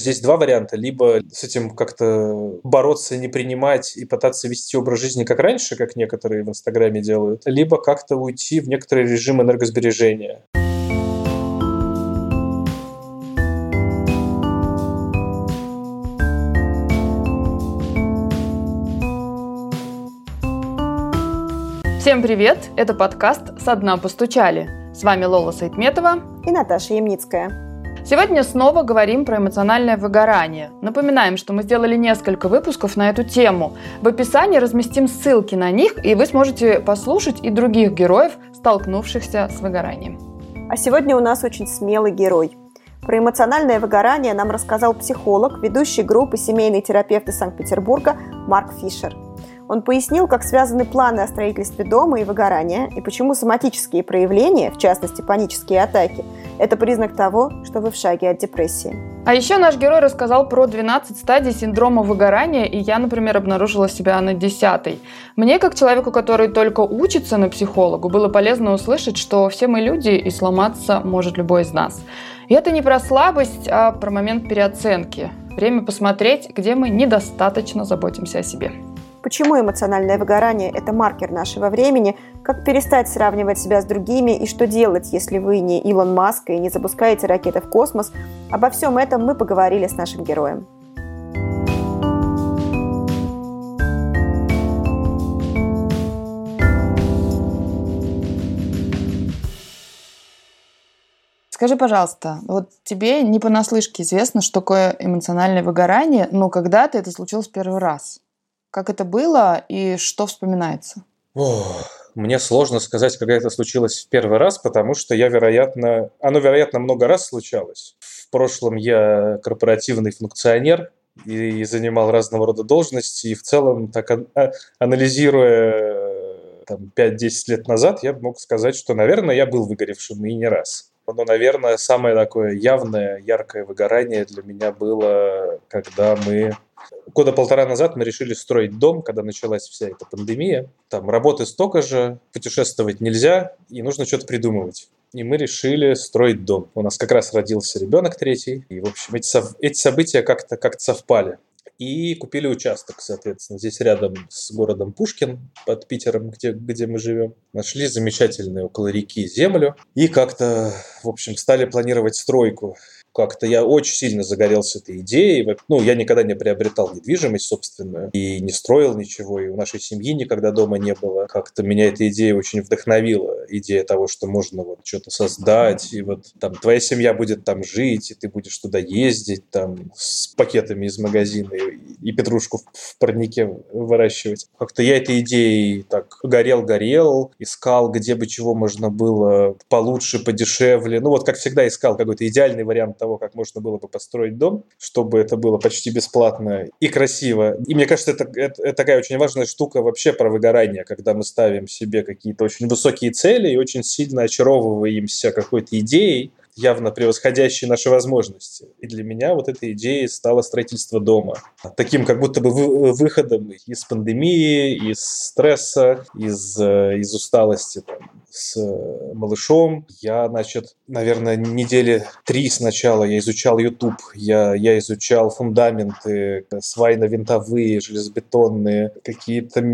Здесь два варианта. Либо с этим как-то бороться, не принимать и пытаться вести образ жизни как раньше, как некоторые в Инстаграме делают, либо как-то уйти в некоторый режим энергосбережения. Всем привет! Это подкаст «Со дна постучали». С вами Лола Сайтметова и Наташа Ямницкая. Сегодня снова говорим про эмоциональное выгорание. Напоминаем, что мы сделали несколько выпусков на эту тему. В описании разместим ссылки на них, и вы сможете послушать и других героев, столкнувшихся с выгоранием. А сегодня у нас очень смелый герой. Про эмоциональное выгорание нам рассказал психолог, ведущий группы «Семейный терапевт» из Санкт-Петербурга Марк Фишер. Он пояснил, как связаны планы о строительстве дома и выгорания, и почему соматические проявления, в частности панические атаки, это признак того, что вы в шаге от депрессии. А еще наш герой рассказал про 12 стадий синдрома выгорания, и я, например, обнаружила себя на 10-й. Мне, как человеку, который только учится на психологу, было полезно услышать, что все мы люди, и сломаться может любой из нас. И это не про слабость, а про момент переоценки. Время посмотреть, где мы недостаточно заботимся о себе. Почему эмоциональное выгорание – это маркер нашего времени, как перестать сравнивать себя с другими и что делать, если вы не Илон Маск и не запускаете ракеты в космос. Обо всем этом мы поговорили с нашим героем. Скажи, пожалуйста, вот тебе не понаслышке известно, что такое эмоциональное выгорание, но когда-то это случилось первый раз. Как это было и что вспоминается? Мне сложно сказать, когда это случилось в первый раз, потому что оно, вероятно, много раз случалось. В прошлом я корпоративный функционер и занимал разного рода должности, и в целом, так анализируя 5-10 лет назад, я мог сказать, что, наверное, я был выгоревшим и не раз. Но, наверное, самое такое явное, яркое выгорание для меня было, когда мы... Года полтора назад мы решили строить дом, когда началась вся эта пандемия. Там работы столько же, путешествовать нельзя, и нужно что-то придумывать. И мы решили строить дом. У нас как раз родился ребенок третий, и, в общем, эти события как-то совпали. И купили участок, соответственно, здесь рядом с городом Пушкин, под Питером, где мы живем. Нашли замечательную около реки землю и как-то, в общем, стали планировать стройку. Как-то я очень сильно загорелся этой идеей. Я никогда не приобретал недвижимость собственную и не строил ничего, и у нашей семьи никогда дома не было. Как-то меня эта идея очень вдохновила. Идея того, что можно что-то создать, и там твоя семья будет там жить, и ты будешь туда ездить там с пакетами из магазина и петрушку в парнике выращивать. Как-то я этой идеей так горел, искал, где бы чего можно было получше, подешевле. Как всегда искал какой-то идеальный вариант того, как можно было бы построить дом, чтобы это было почти бесплатно и красиво. И мне кажется, это такая очень важная штука вообще про выгорание, когда мы ставим себе какие-то очень высокие цели и очень сильно очаровываемся какой-то идеей, явно превосходящей наши возможности. И для меня этой идеей стало строительство дома. Таким как будто бы выходом из пандемии, из стресса, из усталости с малышом. Я, наверное, недели 3 сначала я изучал YouTube, я изучал фундаменты, свайно-винтовые, железобетонные, какие-то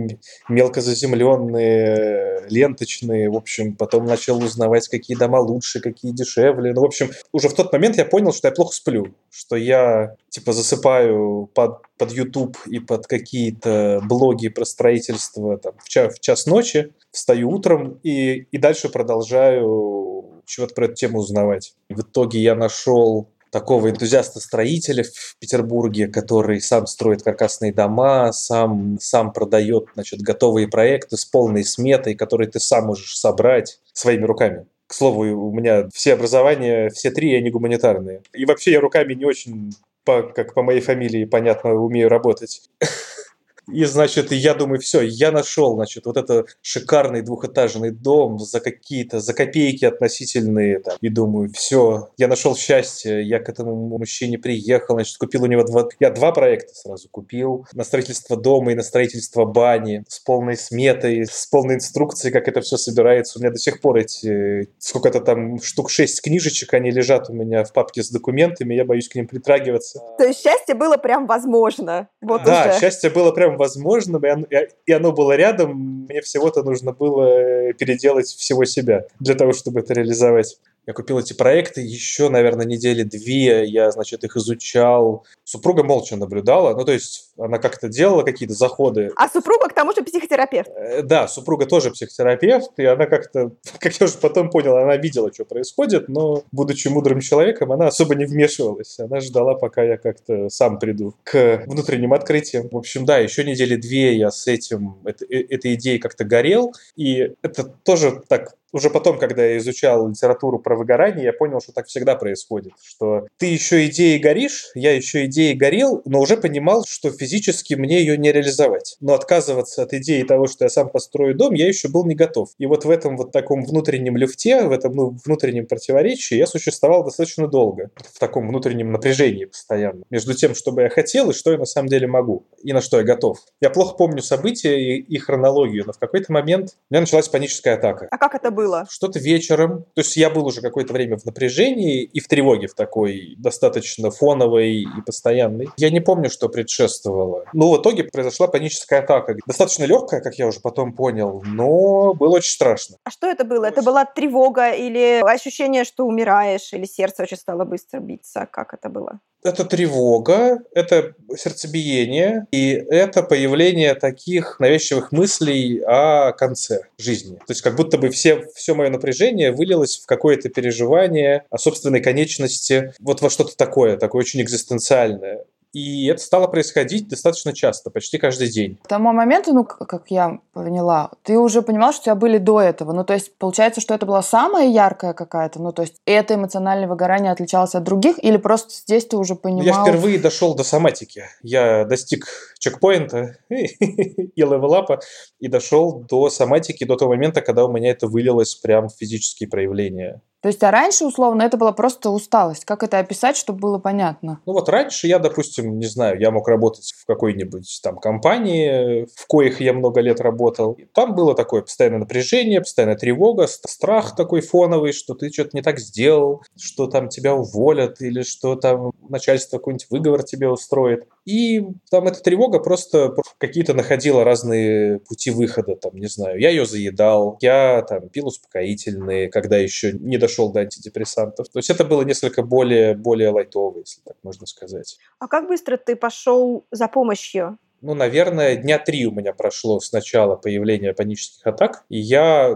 мелкозаземленные, ленточные. В общем, потом начал узнавать, какие дома лучше, какие дешевле. В общем, уже в тот момент я понял, что я плохо сплю, что я засыпаю под YouTube и под какие-то блоги про строительство в час ночи, встаю утром и дальше продолжаю чего-то про эту тему узнавать. В итоге я нашел такого энтузиаста-строителя в Петербурге, который сам строит каркасные дома, сам продает, готовые проекты с полной сметой, которые ты сам можешь собрать своими руками. К слову, у меня все образования, все 3, они гуманитарные. И вообще я руками не очень, как по моей фамилии, понятно, умею работать. И, значит, я думаю, все, я нашел, значит, вот это шикарный двухэтажный дом за копейки относительные. Там. И думаю, все, я нашел счастье, я к этому мужчине приехал, значит, купил у него я два проекта сразу купил. На строительство дома и на строительство бани с полной сметой, с полной инструкцией, как это все собирается. У меня до сих пор сколько-то там штук 6 книжечек, они лежат у меня в папке с документами, я боюсь к ним притрагиваться. То есть счастье было прям возможно. Вот да, уже. Счастье было прям возможным, и оно было рядом. Мне всего-то нужно было переделать всего себя для того, чтобы это реализовать. Я купил эти проекты еще, наверное, недели 2. Я, значит, их изучал. Супруга молча наблюдала. Ну, то есть она как-то делала какие-то заходы. А супруга, к тому же, психотерапевт. Да, супруга тоже психотерапевт. И она как-то, как я уже потом понял, она видела, что происходит. Но, будучи мудрым человеком, она особо не вмешивалась. Она ждала, пока я как-то сам приду к внутренним открытиям. В общем, да, еще недели 2 я с этой идеей как-то горел. И это тоже так... Уже потом, когда я изучал литературу про выгорание, я понял, что так всегда происходит. Что ты еще идеей горишь, я еще идеей горел, но уже понимал, что физически мне ее не реализовать. Но отказываться от идеи того, что я сам построю дом, я еще был не готов. И вот в этом вот таком внутреннем люфте, в этом внутреннем противоречии я существовал достаточно долго. В таком внутреннем напряжении постоянно. Между тем, что бы я хотел и что я на самом деле могу. И на что я готов. Я плохо помню события и хронологию, но в какой-то момент у меня началась паническая атака. А как это было? Что-то вечером. То есть я был уже какое-то время в напряжении и в тревоге, в такой достаточно фоновой и постоянной. Я не помню, что предшествовало. Но в итоге произошла паническая атака. Достаточно легкая, как я уже потом понял, но было очень страшно. А что это было? Это была тревога или ощущение, что умираешь, или сердце очень стало быстро биться? Как это было? Это тревога, это сердцебиение, и это появление таких навязчивых мыслей о конце жизни. То есть как будто бы все мое напряжение вылилось в какое-то переживание о собственной конечности, вот во что-то такое очень экзистенциальное. И это стало происходить достаточно часто, почти каждый день. К тому моменту, как я поняла, ты уже понимал, что у тебя были до этого. То есть, получается, что это была самая яркая какая-то? То есть, это эмоциональное выгорание отличалось от других? Или просто здесь ты уже понимал? Я впервые дошел до соматики. Я достиг чекпоинта и левелапа, и дошел до соматики до того момента, когда у меня это вылилось прям в физические проявления. То есть, а раньше, условно, это была просто усталость. Как это описать, чтобы было понятно? Раньше я, допустим, не знаю, я мог работать в какой-нибудь там компании, в коих я много лет работал. И там было такое постоянное напряжение, постоянная тревога, страх такой фоновый, что ты что-то не так сделал, что там тебя уволят или что там начальство какой-нибудь выговор тебе устроит. И там эта тревога просто какие-то находила разные пути выхода. Там, не знаю, я ее заедал, я там пил успокоительные, когда еще не дошел до антидепрессантов. То есть это было несколько более лайтово, если так можно сказать. А как быстро ты пошел за помощью? Наверное, 3 дня у меня прошло с начала появления панических атак. И я,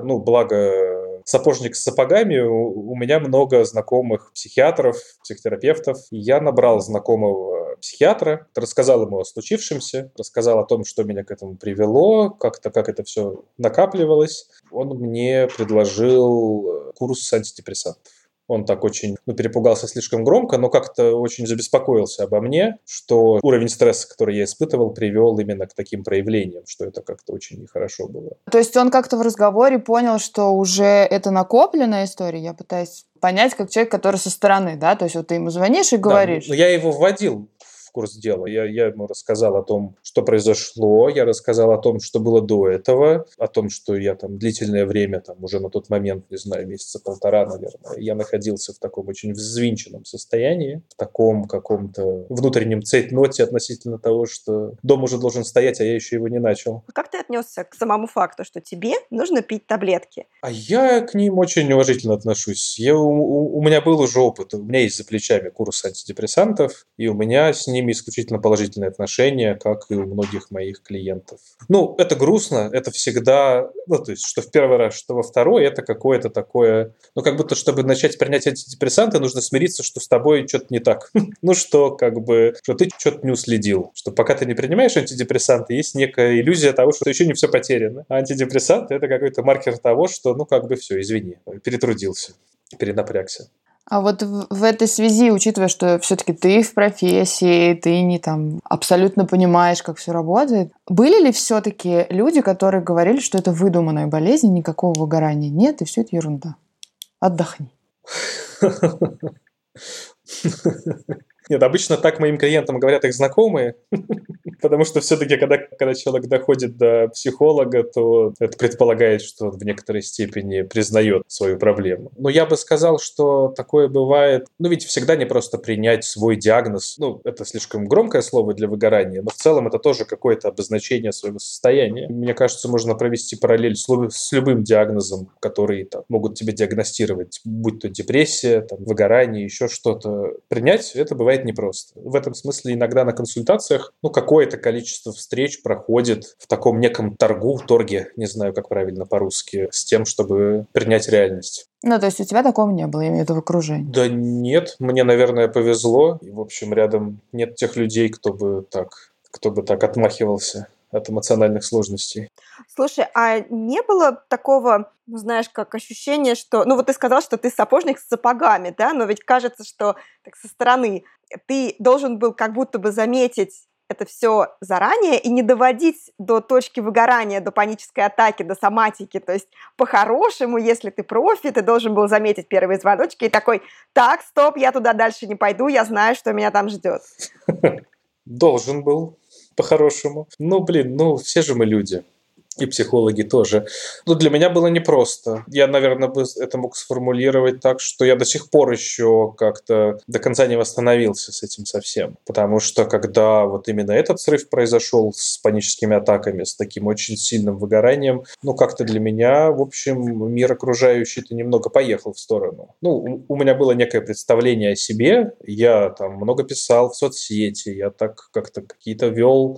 благо сапожник с сапогами, у меня много знакомых психиатров, психотерапевтов. И я набрал знакомого психиатра, рассказал ему о случившемся, рассказал о том, что меня к этому привело, как это все накапливалось. Он мне предложил курс антидепрессантов. Он так очень перепугался слишком громко, но как-то очень забеспокоился обо мне, что уровень стресса, который я испытывал, привел именно к таким проявлениям, что это как-то очень нехорошо было. То есть он как-то в разговоре понял, что уже это накопленная история? Я пытаюсь понять, как человек, который со стороны, да? То есть вот ты ему звонишь и говоришь. Да, но я его вводил в курс дела. Я ему рассказал о том, что произошло, я рассказал о том, что было до этого, о том, что я там длительное время, там уже на тот момент, не знаю, месяца 1,5, наверное, я находился в таком очень взвинченном состоянии, в таком каком-то внутреннем цейтноте относительно того, что дом уже должен стоять, а я еще его не начал. Как ты отнесся к самому факту, что тебе нужно пить таблетки? А я к ним очень уважительно отношусь. У меня был уже опыт, у меня есть за плечами курс антидепрессантов, и у меня с ними исключительно положительные отношения, как и у многих моих клиентов. Это грустно, это всегда, то есть, что в первый раз, что во второй, это какое-то такое, как будто, чтобы начать принять антидепрессанты, нужно смириться, что с тобой что-то не так. Что ты что-то не уследил. Что пока ты не принимаешь антидепрессанты, есть некая иллюзия того, что еще не все потеряно. А антидепрессанты – это какой-то маркер того, что, все, извини, перетрудился, перенапрягся. А вот в этой связи, учитывая, что все-таки ты в профессии, ты не там абсолютно понимаешь, как все работает, были ли все-таки люди, которые говорили, что это выдуманная болезнь, никакого выгорания нет, и все это ерунда? Отдохни. Нет, обычно так моим клиентам говорят их знакомые, потому что все-таки, когда человек доходит до психолога, то это предполагает, что он в некоторой степени признает свою проблему. Но я бы сказал, что такое бывает, ведь всегда не просто принять свой диагноз, это слишком громкое слово для выгорания, но в целом это тоже какое-то обозначение своего состояния. Мне кажется, можно провести параллель с любым диагнозом, который могут тебе диагностировать, будь то депрессия, выгорание, еще что-то. Принять это бывает непросто. В этом смысле иногда на консультациях, какое-то количество встреч проходит в таком неком торге, не знаю, как правильно по-русски, с тем, чтобы принять реальность. То есть у тебя такого не было, я имею в виду в окружении? Да нет, мне, наверное, повезло. И, в общем, рядом нет тех людей, кто бы так отмахивался от эмоциональных сложностей. Слушай, а не было такого, знаешь, как ощущение, что... вот ты сказал, что ты сапожник с сапогами, да? Но ведь кажется, что так со стороны ты должен был как будто бы заметить это все заранее и не доводить до точки выгорания, до панической атаки, до соматики. То есть по-хорошему, если ты профи, ты должен был заметить первые звоночки и такой: так, стоп, я туда дальше не пойду, я знаю, что меня там ждет. Должен был, по-хорошему. Все же мы люди. И психологи тоже. Для меня было непросто. Я, наверное, бы это мог сформулировать так, что я до сих пор еще как-то до конца не восстановился с этим совсем. Потому что когда вот именно этот срыв произошел с паническими атаками, с таким очень сильным выгоранием, как-то для меня, в общем, мир окружающий-то немного поехал в сторону. У меня было некое представление о себе. Я много писал в соцсети, я так как-то какие-то вел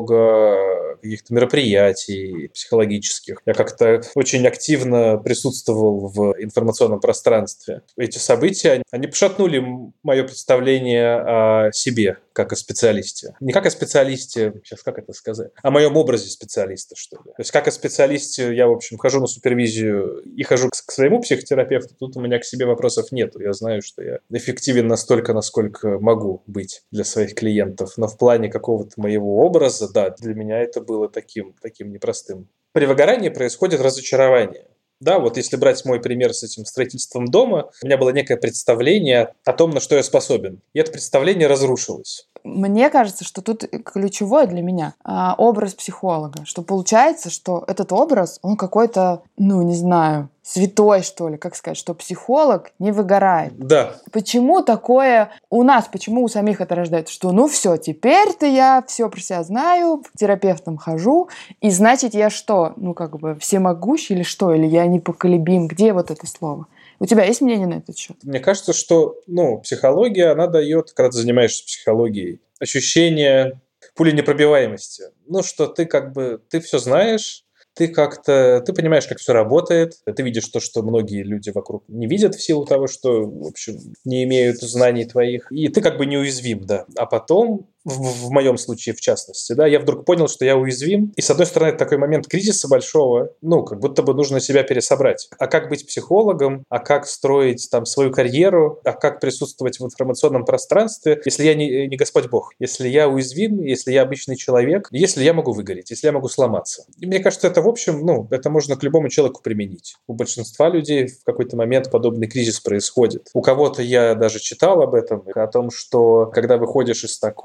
много каких-то мероприятий психологических. Я как-то очень активно присутствовал в информационном пространстве. Эти события, они пошатнули мое представление о себе, как о специалисте. Не как о специалисте, сейчас как это сказать, о моем образе специалиста, что ли. То есть как о специалисте я, в общем, хожу на супервизию и хожу к своему психотерапевту, тут у меня к себе вопросов нет. Я знаю, что я эффективен настолько, насколько могу быть для своих клиентов. Но в плане какого-то моего образа, да, для меня это было таким непростым. При выгорании происходит разочарование. Да, вот если брать мой пример с этим строительством дома, у меня было некое представление о том, на что я способен. И это представление разрушилось. Мне кажется, что тут ключевое для меня образ психолога. Что получается, что этот образ, он какой-то, не знаю, святой, что ли, как сказать, что психолог не выгорает. Да. Почему такое у нас, почему у самих это рождается? Что, все, теперь-то я все про себя знаю, к терапевтам хожу, и значит я что? Всемогущий или что? Или я непоколебим? Где вот это слово? У тебя есть мнение на этот счет? Мне кажется, что психология, она дает, когда ты занимаешься психологией, ощущение пуленепробиваемости. Что ты все знаешь, ты понимаешь, как все работает, ты видишь то, что многие люди вокруг не видят в силу того, что, в общем, не имеют знаний твоих, и ты неуязвим, да. А потом, в моем случае в частности, да, я вдруг понял, что я уязвим, и с одной стороны, это такой момент кризиса большого, как будто бы нужно себя пересобрать. А как быть психологом, а как строить свою карьеру, а как присутствовать в информационном пространстве, если я не Господь Бог, если я уязвим, если я обычный человек, если я могу выгореть, если я могу сломаться. И мне кажется, это, в общем, это можно к любому человеку применить. У большинства людей в какой-то момент подобный кризис происходит. У кого-то я даже читал об этом, о том, что когда выходишь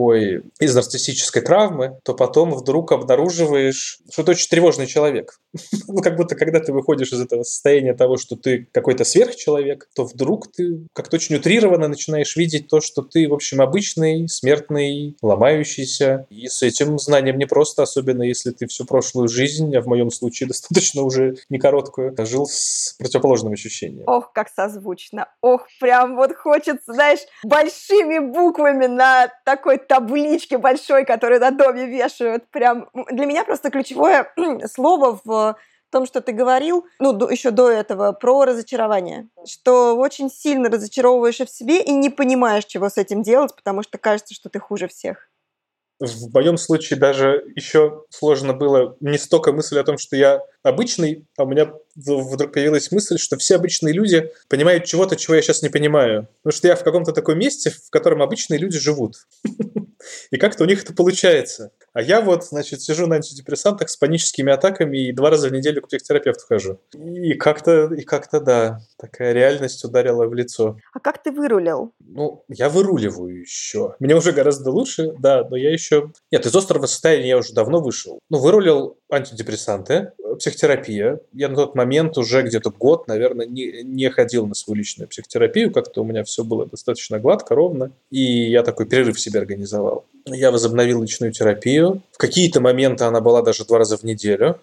из нарциссической травмы, то потом вдруг обнаруживаешь, что ты очень тревожный человек. Как будто, когда ты выходишь из этого состояния того, что ты какой-то сверхчеловек, то вдруг ты как-то очень утрированно начинаешь видеть то, что ты, в общем, обычный, смертный, ломающийся. И с этим знанием непросто, особенно если ты всю прошлую жизнь, а в моем случае достаточно уже не короткую, жил с противоположным ощущением. Ох, как созвучно. Ох, прям хочется, знаешь, большими буквами на такой табличке большой, которую на доме вешают. Прям для меня просто ключевое слово в том, что ты говорил, еще до этого, про разочарование. Что очень сильно разочаровываешь в себе и не понимаешь, чего с этим делать, потому что кажется, что ты хуже всех. В моем случае даже еще сложно было не столько мысль о том, что я обычный, а у меня вдруг появилась мысль, что все обычные люди понимают чего-то, чего я сейчас не понимаю. Потому что я в каком-то таком месте, в котором обычные люди живут. И как-то у них это получается. А я вот, значит, сижу на антидепрессантах с паническими атаками и 2 раза в неделю к психотерапевту хожу. И как-то, да, такая реальность ударила в лицо. А как ты вырулил? Ну, я выруливаю еще. Мне уже гораздо лучше, да, но я еще... Нет, из острого состояния я уже давно вышел. Ну, вырулил антидепрессанты, психотерапия. Я на тот момент уже где-то год, наверное, не ходил на свою личную психотерапию. Как-то у меня все было достаточно гладко, ровно. И я такой перерыв себе организовал. Я возобновил личную терапию. В какие-то моменты она была даже 2 раза в неделю.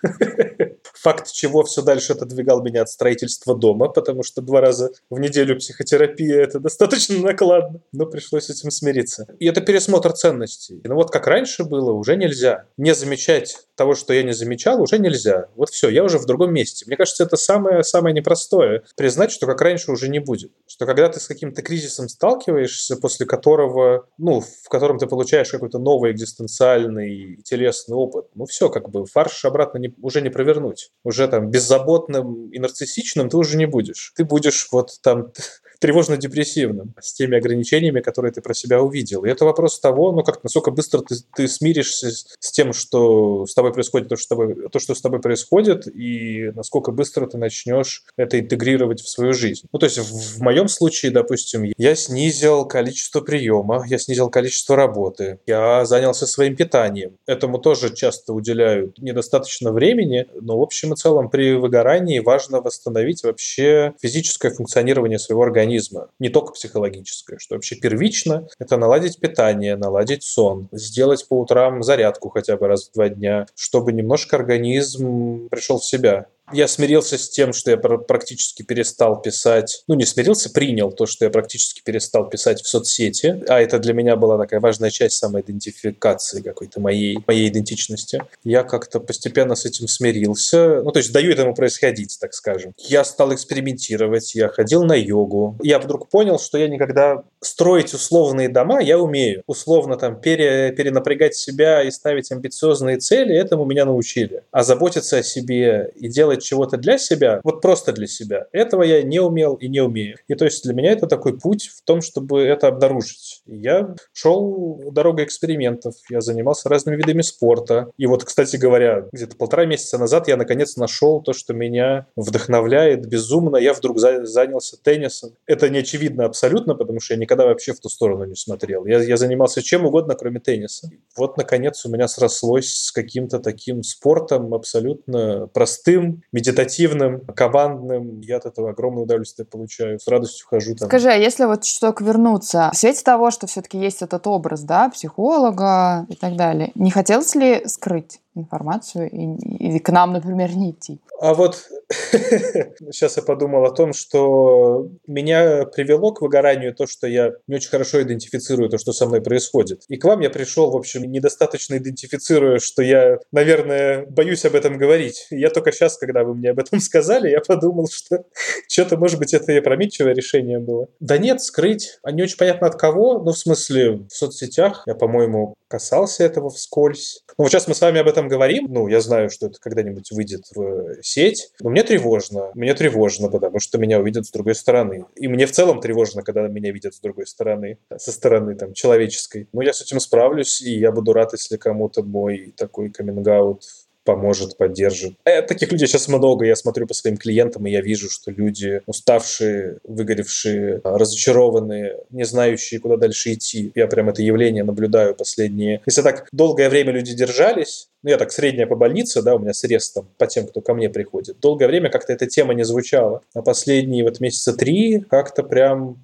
Факт чего все дальше отодвигал меня от строительства дома, потому что 2 раза в неделю психотерапия – это достаточно накладно. Но пришлось с этим смириться. И это пересмотр ценностей. Ну вот как раньше было, уже нельзя. Не замечать того, что я не замечал, уже нельзя. Вот все, я уже в другом месте. Мне кажется, это самое непростое. Признать, что как раньше уже не будет. Что когда ты с каким-то кризисом сталкиваешься, после которого, в котором ты получаешь какой-то новый экзистенциальный телесный опыт, все, как бы фарш обратно уже не провернуть. Уже там беззаботным и нарциссичным ты уже не будешь. Ты будешь вот там тревожно-депрессивным, с теми ограничениями, которые ты про себя увидел. И это вопрос того, насколько быстро ты смиришься с тем, что с тобой происходит, то, что с тобой происходит, и насколько быстро ты начнешь это интегрировать в свою жизнь. То есть в моем случае, допустим, я снизил количество приема, я снизил количество работы, я занялся своим питанием. Этому тоже часто уделяют недостаточно времени, но в общем и целом при выгорании важно восстановить вообще физическое функционирование своего организма, не только психологическое, что вообще первично это наладить питание, наладить сон, сделать по утрам зарядку хотя бы раз в 2 дня, чтобы немножко организм пришел в себя. Я смирился с тем, что я практически перестал писать, не смирился, принял то, что я практически перестал писать в соцсети, а это для меня была такая важная часть самоидентификации какой-то моей идентичности. Я как-то постепенно с этим смирился, то есть даю этому происходить, так скажем. Я стал экспериментировать, я ходил на йогу. Я вдруг понял, что я никогда строить условные дома я умею. Условно там перенапрягать себя и ставить амбициозные цели, этому меня научили. А заботиться о себе и делать чего-то для себя, вот просто для себя, этого я не умел и не умею. И то есть для меня это такой путь в том, чтобы это обнаружить. И я шел дорогой экспериментов, я занимался разными видами спорта. И вот, кстати говоря, где-то 1,5 месяца назад я наконец нашел то, что меня вдохновляет безумно. Я вдруг занялся теннисом. Это не очевидно абсолютно, потому что я никогда вообще в ту сторону не смотрел. Я занимался чем угодно, кроме тенниса. Вот, наконец, у меня срослось с каким-то таким спортом абсолютно простым, медитативным, командным. Я от этого огромное удовольствие получаю. С радостью хожу там. Скажи, а если вот чуток вернуться, в свете того, что все-таки есть этот образ, да, психолога и так далее, не хотелось ли скрыть информацию и к нам, например, не идти? А вот сейчас я подумал о том, что меня привело к выгоранию то, что я не очень хорошо идентифицирую то, что со мной происходит. И к вам я пришел, в общем, недостаточно идентифицируя, что я, наверное, боюсь об этом говорить. И я только сейчас, когда вы мне об этом сказали, я подумал, что что-то, может быть, это и опрометчивое решение было. Да нет, скрыть. А не очень понятно от кого. В смысле, в соцсетях я, по-моему, касался этого вскользь. Вот сейчас мы с вами об этом говорим. Я знаю, что это когда-нибудь выйдет в сеть. Но мне тревожно. Мне тревожно, потому что меня увидят с другой стороны. И мне в целом тревожно, когда меня видят с другой стороны. Со стороны там человеческой. Я с этим справлюсь, и я буду рад, если кому-то мой такой каминг-аут поможет, поддержит. Таких людей сейчас много. Я смотрю по своим клиентам, и я вижу, что люди уставшие, выгоревшие, разочарованные, не знающие, куда дальше идти. Я прям это явление наблюдаю последние... Если так долгое время люди держались, я так средняя по больнице, да, у меня срез там по тем, кто ко мне приходит. Долгое время как-то эта тема не звучала. А последние месяца 3 как-то прям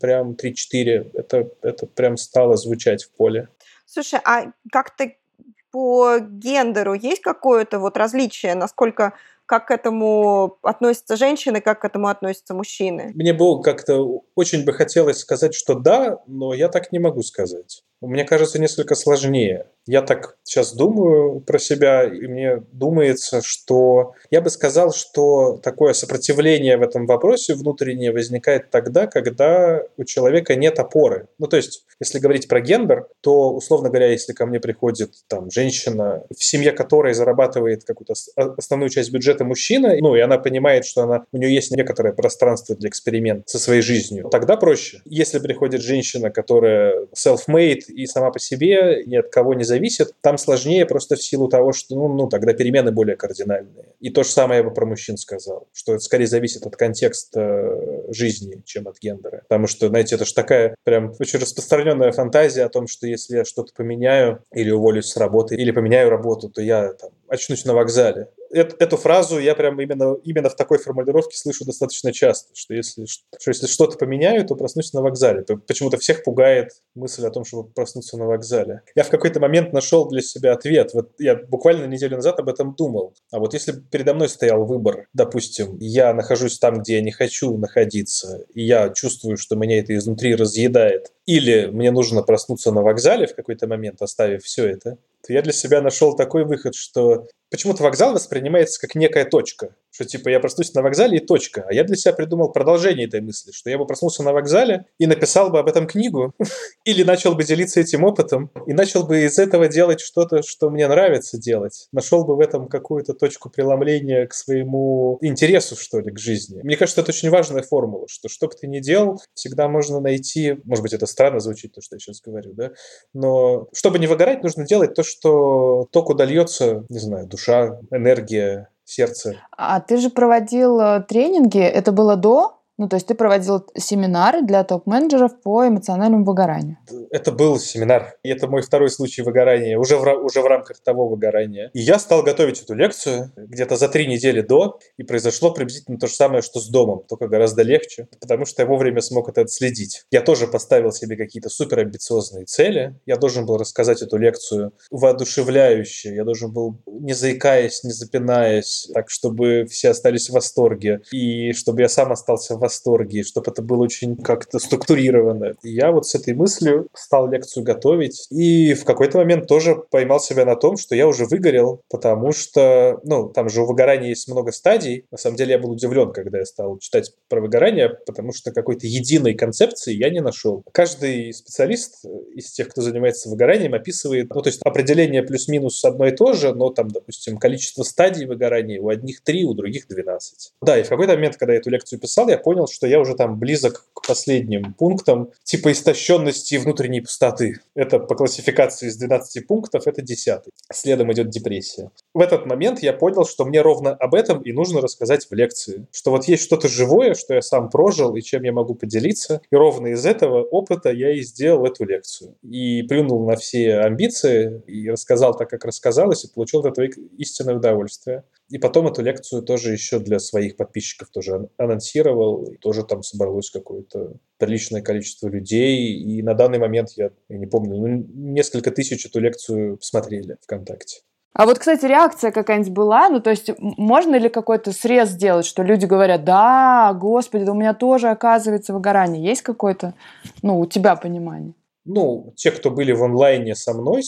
3-4 это прям стало звучать в поле. Слушай, а как-то по гендеру есть какое-то различие, как к этому относятся женщины, как к этому относятся мужчины? Мне бы как-то очень хотелось сказать, что да, но я так не могу сказать. Мне кажется, несколько сложнее. Я так сейчас думаю про себя, и мне думается, что я бы сказал, что такое сопротивление в этом вопросе внутреннее возникает тогда, когда у человека нет опоры. Ну, то есть, если говорить про гендер, то, условно говоря, если ко мне приходит там женщина, в семье которой зарабатывает какую-то основную часть бюджета мужчина, ну, и она понимает, что у нее есть некоторое пространство для эксперимента со своей жизнью, тогда проще. Если приходит женщина, которая self-made и сама по себе, ни от кого не зависит, там сложнее просто в силу того, что, тогда перемены более кардинальные. И то же самое я бы про мужчин сказал, что это скорее зависит от контекста жизни, чем от гендера. Потому что, знаете, это же такая прям очень распространенная фантазия о том, что если я что-то поменяю или уволюсь с работы, или поменяю работу, то я там очнусь на вокзале. Эту фразу я прям именно в такой формулировке слышу достаточно часто, что если что-то поменяю, то проснусь на вокзале. Почему-то всех пугает мысль о том, чтобы проснуться на вокзале. Я в какой-то момент нашел для себя ответ. Вот я буквально неделю назад об этом думал. А вот если бы передо мной стоял выбор, допустим, я нахожусь там, где я не хочу находиться, и я чувствую, что меня это изнутри разъедает, или мне нужно проснуться на вокзале в какой-то момент, оставив все это, то я для себя нашел такой выход, что почему-то вокзал воспринимается как некая точка, что типа я проснусь на вокзале и точка. А я для себя придумал продолжение этой мысли, что я бы проснулся на вокзале и написал бы об этом книгу, или начал бы делиться этим опытом, и начал бы из этого делать что-то, что мне нравится делать. Нашел бы в этом какую-то точку преломления к своему интересу, что ли, к жизни. Мне кажется, это очень важная формула, что бы ты ни делал, всегда можно найти, может быть, это странно звучит, то, что я сейчас говорю, да, но чтобы не выгорать, нужно делать то, куда льется, не знаю, душа, энергия, сердце. А ты же проводил тренинги, это было до? Ну, то есть ты проводил семинары для топ-менеджеров по эмоциональному выгоранию. Это был семинар, и это мой второй случай выгорания, уже в рамках того выгорания. И я стал готовить эту лекцию где-то за 3 недели до, и произошло приблизительно то же самое, что с домом, только гораздо легче, потому что я вовремя смог это отследить. Я тоже поставил себе какие-то суперамбициозные цели, я должен был рассказать эту лекцию воодушевляюще, я должен был, не заикаясь, не запинаясь, так, чтобы все остались в восторге, и чтобы я сам остался в восторге, чтобы это было очень как-то структурировано. И я вот с этой мыслью стал лекцию готовить, и в какой-то момент тоже поймал себя на том, что я уже выгорел, потому что, там же у выгорания есть много стадий. На самом деле я был удивлен, когда я стал читать про выгорание, потому что какой-то единой концепции я не нашел. Каждый специалист из тех, кто занимается выгоранием, описывает, то есть определение плюс-минус одно и то же, но там, допустим, количество стадий выгорания у одних 3, у других 12. Да, и в какой-то момент, когда я эту лекцию писал, я понял, что я уже там близок к последним пунктам, типа истощенности и внутренней пустоты. Это по классификации из 12 пунктов, это 10-й. Следом идет депрессия. В этот момент я понял, что мне ровно об этом и нужно рассказать в лекции. Что вот есть что-то живое, что я сам прожил и чем я могу поделиться. И ровно из этого опыта я и сделал эту лекцию. И плюнул на все амбиции, и рассказал так, как рассказалось, и получил от этого истинное удовольствие. И потом эту лекцию тоже еще для своих подписчиков тоже анонсировал. И тоже там собралось какое-то приличное количество людей. И на данный момент, я не помню, несколько тысяч эту лекцию посмотрели ВКонтакте. А вот, кстати, реакция какая-нибудь была? То есть можно ли какой-то срез сделать, что люди говорят, да, господи, да у меня тоже оказывается выгорание. Есть какое-то, у тебя понимание? Те, кто были в онлайне со мной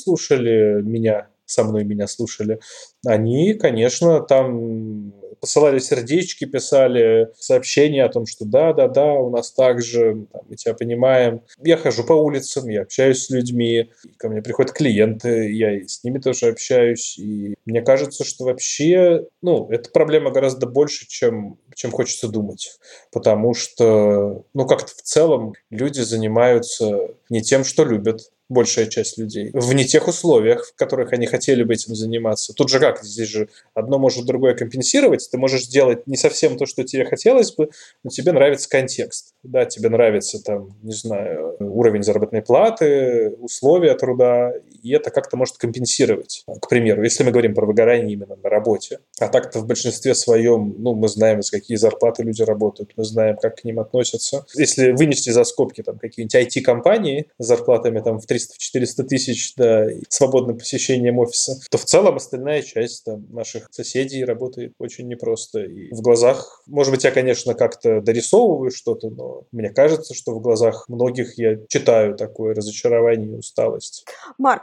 со мной меня слушали, они, конечно, там посылали сердечки, писали сообщения о том, что да, у нас так же, мы тебя понимаем. Я хожу по улицам, я общаюсь с людьми, ко мне приходят клиенты, я и с ними тоже общаюсь. И мне кажется, что вообще, эта проблема гораздо больше, чем хочется думать. Потому что, как-то в целом люди занимаются не тем, что любят. Большая часть людей, в не тех условиях, в которых они хотели бы этим заниматься. Тут же как? Здесь же одно может другое компенсировать. Ты можешь сделать не совсем то, что тебе хотелось бы, но тебе нравится контекст. Да, тебе нравится, уровень заработной платы, условия труда, и это как-то может компенсировать. К примеру, если мы говорим про выгорание именно на работе, а так-то в большинстве своем, мы знаем, за какие зарплаты люди работают, мы знаем, как к ним относятся. Если вынести за скобки какие-нибудь IT-компании с зарплатами в 300-400 тысяч, да, и свободным посещением офиса, то в целом остальная часть наших соседей работает очень непросто. И в глазах, может быть, я, конечно, как-то дорисовываю что-то, но мне кажется, что в глазах многих я читаю такое разочарование и усталость. Марк,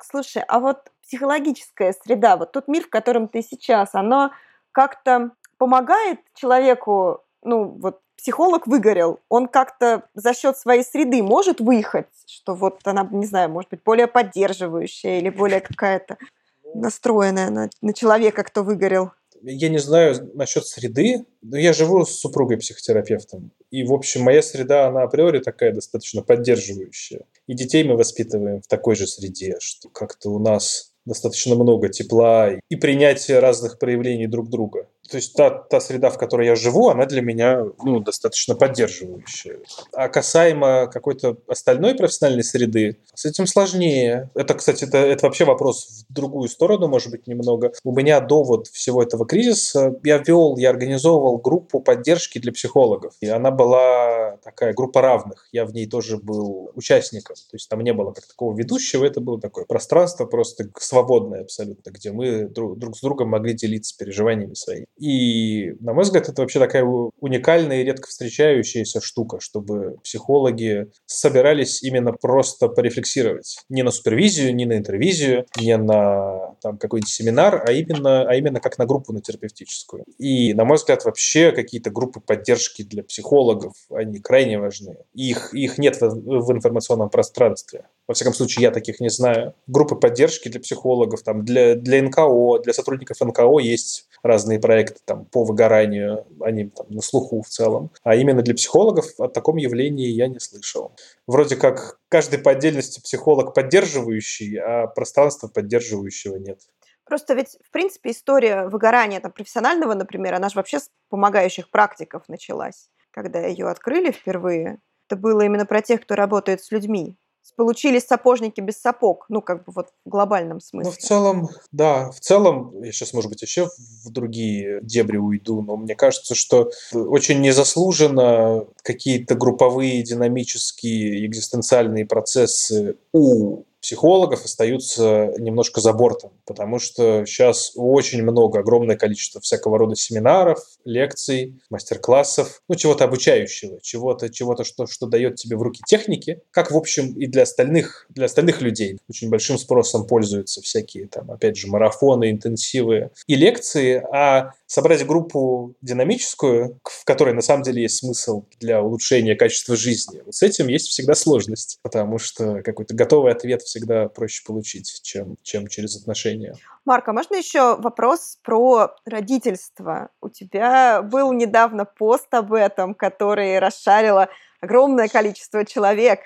слушай, а вот психологическая среда, вот тот мир, в котором ты сейчас, оно как-то помогает человеку, ну, вот психолог выгорел, он как-то за счет своей среды может выехать, что вот она, не знаю, может быть, более поддерживающая или более какая-то настроенная на человека, кто выгорел? Я не знаю насчет среды, но я живу с супругой-психотерапевтом. И, в общем, моя среда, она априори такая достаточно поддерживающая. И детей мы воспитываем в такой же среде, что как-то у нас достаточно много тепла и принятия разных проявлений друг друга. То есть та среда, в которой я живу, она для меня достаточно поддерживающая. А касаемо какой-то остальной профессиональной среды, с этим сложнее. Это, кстати, это вообще вопрос в другую сторону, может быть, немного. У меня до вот всего этого кризиса я организовывал группу поддержки для психологов. И она была такая группа равных. Я в ней тоже был участником. То есть там не было как такого ведущего, это было такое пространство просто свободное абсолютно, где мы друг с другом могли делиться переживаниями своими. И, на мой взгляд, это вообще такая уникальная и редко встречающаяся штука, чтобы психологи собирались именно просто порефлексировать. Не на супервизию, не на интервизию, не на какой-нибудь семинар, а именно как на группу, на терапевтическую. И, на мой взгляд, вообще какие-то группы поддержки для психологов, они крайне важны. Их нет в информационном пространстве. Во всяком случае, я таких не знаю. Группы поддержки для психологов, для НКО, для сотрудников НКО есть разные проекты по выгоранию, они на слуху в целом. А именно для психологов о таком явлении я не слышал. Вроде как каждый по отдельности психолог поддерживающий, а пространства поддерживающего нет. Просто ведь, в принципе, история выгорания профессионального, например, она же вообще с помогающих практиков началась. Когда ее открыли впервые, это было именно про тех, кто работает с людьми. Получились сапожники без сапог, в глобальном смысле. В целом, да, я сейчас, может быть, еще в другие дебри уйду, но мне кажется, что очень незаслуженно какие-то групповые динамические экзистенциальные процессы у психологов остаются немножко за бортом, потому что сейчас очень много, огромное количество всякого рода семинаров, лекций, мастер-классов, чего-то обучающего, чего-то, что дает тебе в руки техники, как, в общем, и для остальных людей. Очень большим спросом пользуются всякие, опять же, марафоны, интенсивы и лекции, а собрать группу динамическую, в которой на самом деле есть смысл для улучшения качества жизни, с этим есть всегда сложность, потому что какой-то готовый ответ всегда проще получить, чем через отношения. Марк, а можно еще вопрос про родительство? У тебя был недавно пост об этом, который расшарило огромное количество человек.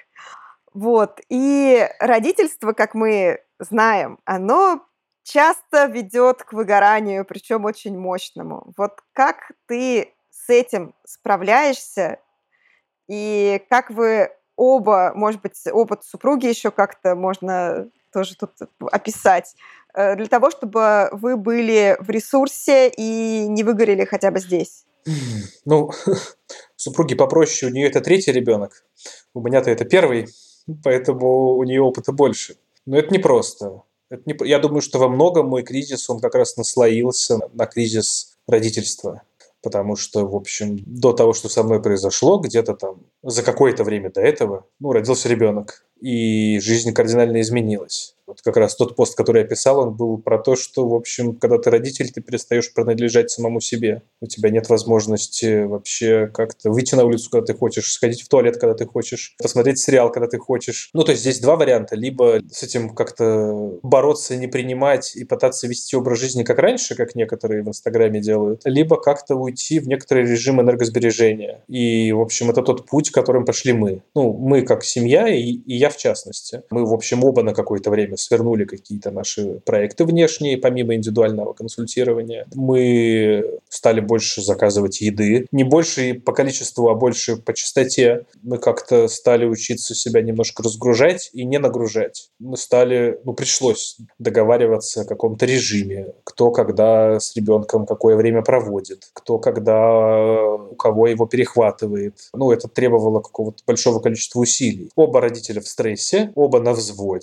И родительство, как мы знаем, оно часто ведет к выгоранию, причем очень мощному. Как ты с этим справляешься? И как вы оба, может быть, опыт супруги еще как-то можно тоже тут описать, для того, чтобы вы были в ресурсе и не выгорели хотя бы здесь? Супруги попроще, у нее это 3-й ребенок, у меня-то это 1-й, поэтому у нее опыта больше. Но это непросто. Я думаю, что во многом мой кризис, он как раз наслоился на кризис родительства. Потому что, в общем, до того, что со мной произошло, где-то за какое-то время до этого, родился ребенок. И жизнь кардинально изменилась. Как раз тот пост, который я писал, он был про то, что, в общем, когда ты родитель, ты перестаешь принадлежать самому себе. У тебя нет возможности вообще как-то выйти на улицу, когда ты хочешь, сходить в туалет, когда ты хочешь, посмотреть сериал, когда ты хочешь. То есть здесь 2 варианта. Либо с этим как-то бороться, не принимать и пытаться вести образ жизни как раньше, как некоторые в Инстаграме делают, либо как-то уйти в некоторый режим энергосбережения. И, в общем, это тот путь, которым пошли мы. Мы как семья, и я в частности. Мы, в общем, оба на какое-то время свернули какие-то наши проекты внешние, помимо индивидуального консультирования. Мы стали больше заказывать еды. Не больше по количеству, а больше по частоте. Мы как-то стали учиться себя немножко разгружать и не нагружать. Мы стали, пришлось договариваться о каком-то режиме. Кто когда с ребенком какое время проводит. Кто когда у кого его перехватывает. Это требовало какого-то большого количества усилий. Оба родителя в стрессе, оба на взводе.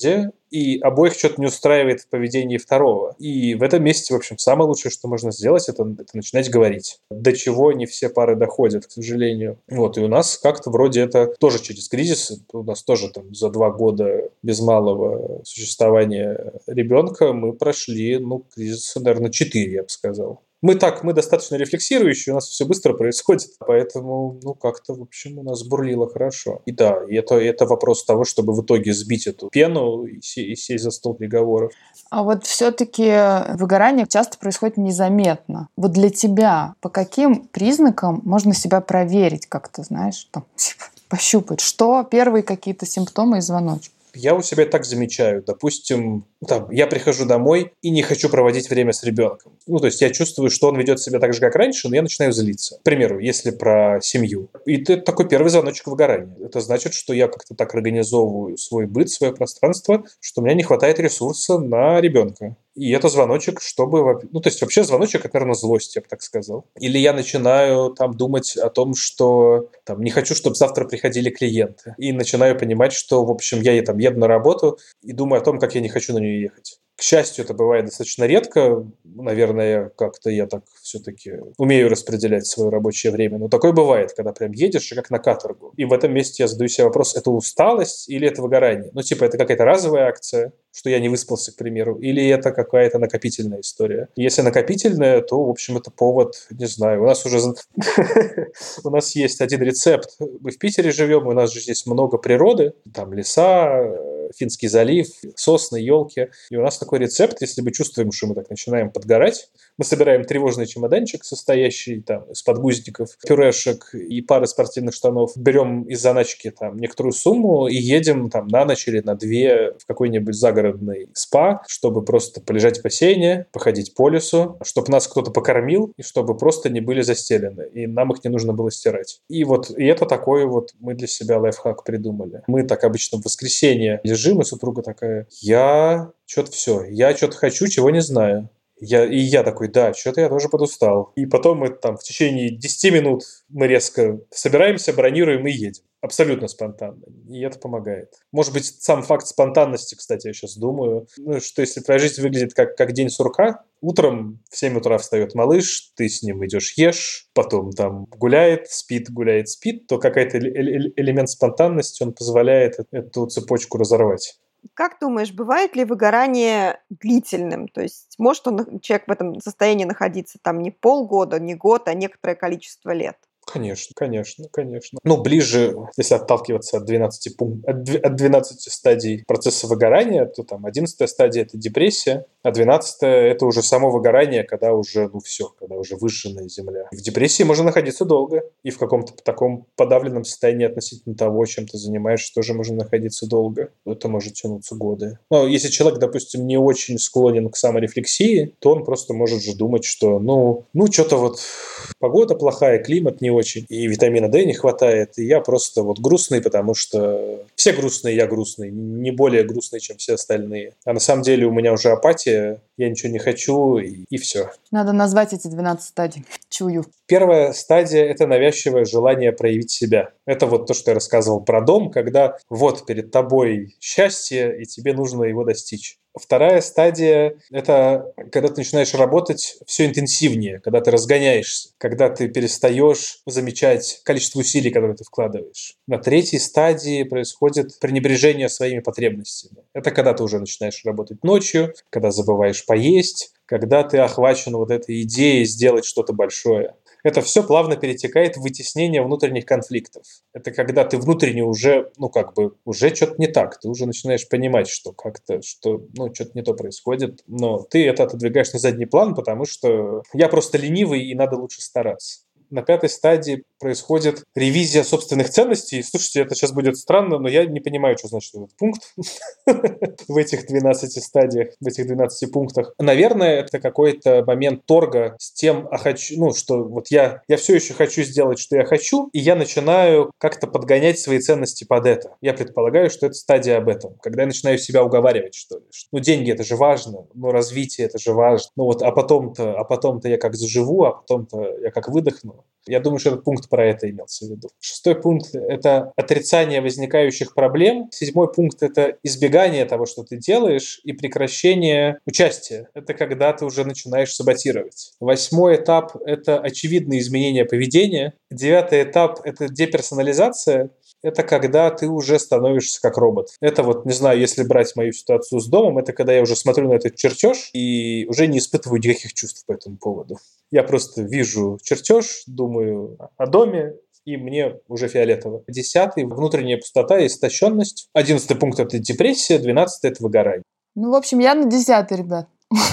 и обоих что-то не устраивает в поведении второго. И в этом месте, в общем, самое лучшее, что можно сделать, это начинать говорить. До чего не все пары доходят, к сожалению. Вот, и у нас как-то вроде это тоже через кризис. У нас тоже там за 2 года без малого существования ребенка мы прошли, кризиса, наверное, 4, я бы сказал. Мы достаточно рефлексирующие, у нас все быстро происходит, поэтому, как-то, в общем, у нас бурлило хорошо. И да, это вопрос того, чтобы в итоге сбить эту пену и сесть за стол переговоров. А вот все-таки выгорание часто происходит незаметно. Вот для тебя по каким признакам можно себя проверить как-то, знаешь, пощупать? Что первые какие-то симптомы и звоночки? Я у себя так замечаю. Допустим, я прихожу домой и не хочу проводить время с ребенком. То есть я чувствую, что он ведет себя так же, как раньше, но я начинаю злиться. К примеру, если про семью. И это такой первый звоночек выгорания. Это значит, что я как-то так организовываю свой быт, свое пространство, что у меня не хватает ресурса на ребенка. И это звоночек, чтобы... то есть вообще звоночек, это, наверное, злость, я бы так сказал. Или я начинаю думать о том, что не хочу, чтобы завтра приходили клиенты. И начинаю понимать, что, в общем, я еду на работу и думаю о том, как я не хочу на нее ехать. К счастью, это бывает достаточно редко. Наверное, я так все-таки умею распределять свое рабочее время. Но такое бывает, когда прям едешь, как на каторгу. И в этом месте я задаю себе вопрос, это усталость или это выгорание? Это какая-то разовая акция, что я не выспался, к примеру, или это какая-то накопительная история. Если накопительная, то, в общем, это повод, не знаю, у нас уже... У нас есть один рецепт. Мы в Питере живем, у нас же здесь много природы, там леса, Финский залив, сосны, елки. И у нас такой рецепт, если мы чувствуем, что мы так начинаем подгорать, мы собираем тревожный чемоданчик, состоящий из подгузников, пюрешек и пары спортивных штанов, берем из заначки некоторую сумму и едем на ночь или на 2 в какой-нибудь загородный спа, чтобы просто полежать в бассейне, походить по лесу, чтобы нас кто-то покормил и чтобы просто не были застелены, и нам их не нужно было стирать. И это такой мы для себя лайфхак придумали. Мы так обычно в воскресенье лежим, и супруга такая: я что-то хочу, чего не знаю. Я такой: да, что-то я тоже подустал. И потом мы в течение 10 минут мы резко собираемся, бронируем и едем. Абсолютно спонтанно. И это помогает. Может быть, сам факт спонтанности, кстати, я сейчас думаю, что если твоя жизнь выглядит как день сурка, утром в 7 утра встает малыш, ты с ним идешь ешь, потом гуляет, спит, то какой-то элемент спонтанности, он позволяет эту цепочку разорвать. Как думаешь, бывает ли выгорание длительным? То есть может человек в этом состоянии находиться не полгода, не год, а некоторое количество лет? Конечно. Ближе, если отталкиваться от 12 стадий процесса выгорания, то 11 стадия – это депрессия, а 12 это уже само выгорание, когда уже, когда уже выжженная земля. В депрессии можно находиться долго, и в каком-то таком подавленном состоянии относительно того, чем ты занимаешься, тоже можно находиться долго. Это может тянуться годы. Но если человек, допустим, не очень склонен к саморефлексии, то он просто может же думать, что, что-то погода плохая, климат не очень, и витамина D не хватает, и я просто грустный, потому что все грустные, я грустный, не более грустный, чем все остальные. А на самом деле у меня уже апатия, я ничего не хочу, и все. Надо назвать эти 12 стадий. Чую. Первая стадия – это навязчивое желание проявить себя. Это то, что я рассказывал про дом, когда перед тобой счастье, и тебе нужно его достичь. Вторая стадия – это когда ты начинаешь работать все интенсивнее, когда ты разгоняешься, когда ты перестаешь замечать количество усилий, которые ты вкладываешь. На третьей стадии происходит пренебрежение своими потребностями. Это когда ты уже начинаешь работать ночью, когда забываешь поесть, когда ты охвачен этой идеей сделать что-то большое. Это все плавно перетекает в вытеснение внутренних конфликтов. Это когда ты внутренне уже, уже что-то не так. Ты уже начинаешь понимать, что что-то не то происходит. Но ты это отодвигаешь на задний план, потому что я просто ленивый и надо лучше стараться. На 5-й стадии происходит ревизия собственных ценностей. Слушайте, это сейчас будет странно, но я не понимаю, что значит этот пункт в этих 12 стадиях, в этих 12 пунктах. Наверное, это какой-то момент торга с тем, что я все еще хочу сделать, что я хочу, и я начинаю как-то подгонять свои ценности под это. Я предполагаю, что это стадия об этом. Когда я начинаю себя уговаривать, что ли. Деньги – это же важно, развитие – это же важно. А потом-то я как заживу, а потом-то я как выдохну. по-другому. Я думаю, что этот пункт про это имелся в виду. 6-й пункт – это отрицание возникающих проблем. 7-й пункт – это избегание того, что ты делаешь, и прекращение участия. Это когда ты уже начинаешь саботировать. 8-й этап – это очевидные изменения поведения. 9-й этап – это деперсонализация. Это когда ты уже становишься как робот. Это вот, не знаю, если брать мою ситуацию с домом, это когда я уже смотрю на этот чертеж и уже не испытываю никаких чувств по этому поводу. Я просто вижу чертеж, думаю о доме, и мне уже фиолетово. 10-й – внутренняя пустота и истощенность. 11-й пункт – это депрессия. 12-й – это выгорание. Ну, в общем, я на 10-й, ребят.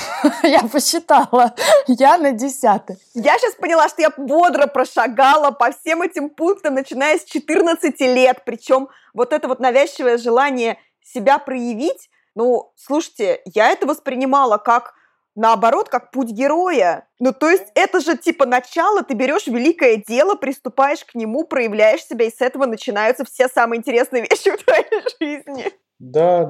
Я посчитала. Я на 10-й. Я сейчас поняла, что я бодро прошагала по всем этим пунктам, начиная с 14 лет. Причем вот это вот навязчивое желание себя проявить, ну, слушайте, я это воспринимала как, наоборот, как путь героя. Ну, то есть это же типа начало, ты берешь великое дело, приступаешь к нему, проявляешь себя, и с этого начинаются все самые интересные вещи в твоей жизни. Да.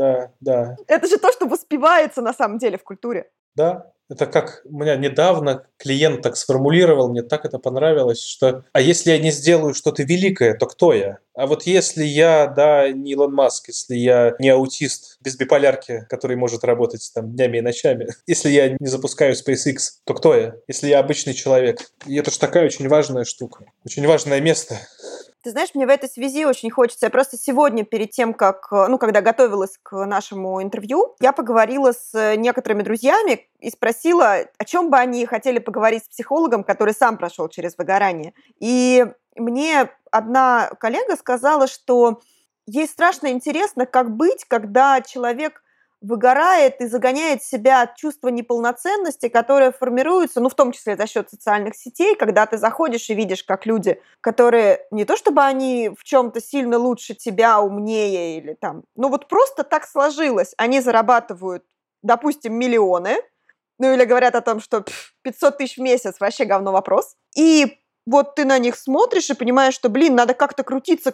Это же то, что воспевается на самом деле в культуре. Да, это как у меня недавно клиент так сформулировал, мне так это понравилось, что «а если я не сделаю что-то великое, то кто я?» А вот если я, да, не Илон Маск, если я не аутист без биполярки, который может работать там днями и ночами, если я не запускаю SpaceX, то кто я? Если я обычный человек? И это же такая очень важная штука, очень важное место. Ты знаешь, мне в этой связи очень хочется. Я просто сегодня, перед тем, как, когда готовилась к нашему интервью, я поговорила с некоторыми друзьями и спросила, о чем бы они хотели поговорить с психологом, который сам прошел через выгорание. И мне одна коллега сказала, что ей страшно интересно, как быть, когда человек выгорает и загоняет себя от чувства неполноценности, которое формируется, ну, в том числе за счет социальных сетей, когда ты заходишь и видишь, как люди, которые не то чтобы они в чем-то сильно лучше тебя, умнее или там, ну, вот просто так сложилось, они зарабатывают, допустим, миллионы, ну, или говорят о том, что 500 тысяч в месяц, вообще говно вопрос, и вот ты на них смотришь и понимаешь, что, надо как-то крутиться,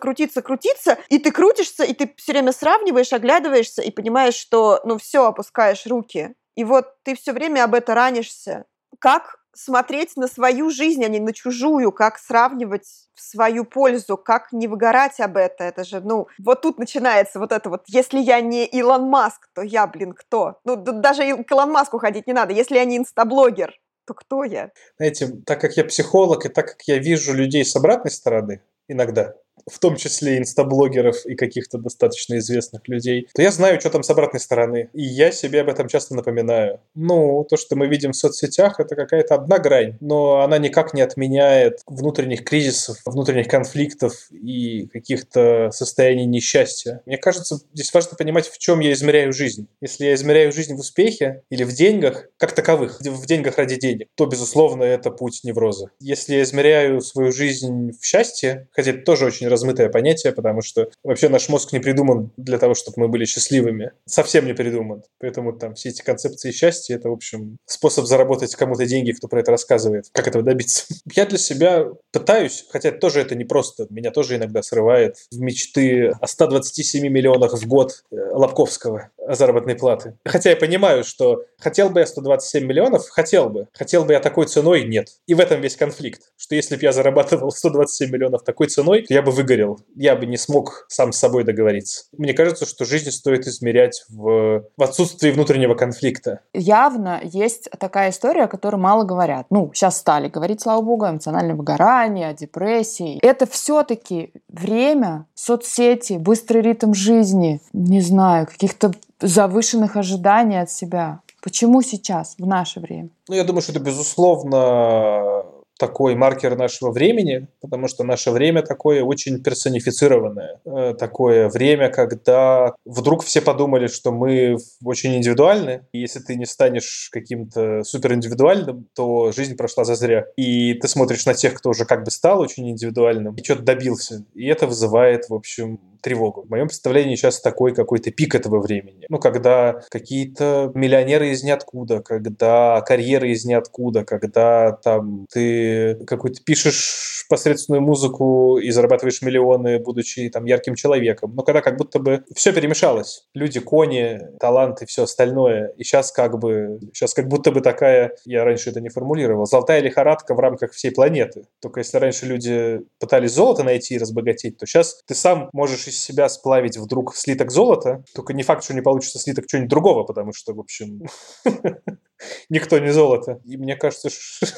и ты крутишься, и ты все время сравниваешь, оглядываешься и понимаешь, что, ну, все, опускаешь руки. И вот ты все время об этом ранишься. Как смотреть на свою жизнь, а не на чужую, как сравнивать в свою пользу, как не выгорать об этом. Это же, вот тут начинается вот это вот, если я не Илон Маск, то я, кто? Ну, даже к Илон Маску ходить не надо, если я не инстаблогер, то кто я? Знаете, так как я психолог, и так как я вижу людей с обратной стороны иногда, в том числе инстаблогеров и каких-то достаточно известных людей, то я знаю, что там с обратной стороны. И я себе об этом часто напоминаю. Ну, то, что мы видим в соцсетях, это какая-то одна грань, но она никак не отменяет внутренних кризисов, внутренних конфликтов и каких-то состояний несчастья. Мне кажется, здесь важно понимать, в чем я измеряю жизнь. Если я измеряю жизнь в успехе или в деньгах, как таковых, в деньгах ради денег, то, безусловно, это путь невроза. Если я измеряю свою жизнь в счастье, хотя это тоже очень размытое понятие, потому что вообще наш мозг не придуман для того, чтобы мы были счастливыми. Совсем не придуман. Поэтому там все эти концепции счастья – это, в общем, способ заработать кому-то деньги, кто про это рассказывает. Как этого добиться? Я для себя пытаюсь, хотя тоже это непросто, меня тоже иногда срывает в мечты о 127 миллионах в год Лобковского заработной платы. Хотя я понимаю, что хотел бы я 127 миллионов? Хотел бы. Хотел бы я такой ценой? Нет. И в этом весь конфликт. Что если бы я зарабатывал 127 миллионов такой ценой, то я бы выгорел. Я бы не смог сам с собой договориться. Мне кажется, что жизнь стоит измерять в отсутствии внутреннего конфликта. Явно есть такая история, о которой мало говорят. Ну, сейчас стали говорить, слава богу, о эмоциональном выгорании, о депрессии. Это все-таки время, соцсети, быстрый ритм жизни, не знаю, каких-то завышенных ожиданий от себя. Почему сейчас, в наше время? Ну, я думаю, что это, безусловно, такой маркер нашего времени, потому что наше время такое очень персонифицированное. Такое время, когда вдруг все подумали, что мы очень индивидуальны, и если ты не станешь каким-то супериндивидуальным, то жизнь прошла зазря. И ты смотришь на тех, кто уже как бы стал очень индивидуальным, и что-то добился. И это вызывает, в общем, тревогу. В моем представлении сейчас такой какой-то пик этого времени. Когда какие-то миллионеры из ниоткуда, когда карьеры из ниоткуда, когда там ты какую-то пишешь посредственную музыку и зарабатываешь миллионы, будучи там ярким человеком. Когда как будто бы все перемешалось. Люди, кони, таланты, все остальное. И сейчас как будто бы такая, я раньше это не формулировал, золотая лихорадка в рамках всей планеты. Только если раньше люди пытались золото найти и разбогатеть, то сейчас ты сам можешь из себя сплавить вдруг слиток золота, только не факт, что не получится слиток чего-нибудь другого, потому что, в общем, никто не золото. И мне кажется,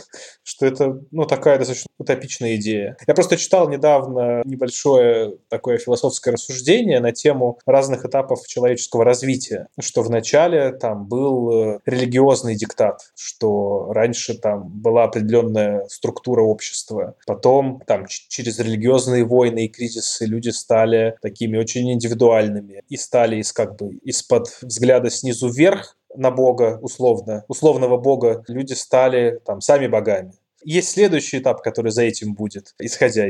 что это, такая достаточно утопичная идея. Я просто читал недавно небольшое такое философское рассуждение на тему разных этапов человеческого развития, что вначале там был религиозный диктат, что раньше там была определенная структура общества, потом там через религиозные войны и кризисы люди стали такими очень индивидуальными и стали из-под взгляда снизу вверх на Бога, условного Бога, люди стали там сами богами. Есть следующий этап, который за этим будет, исходя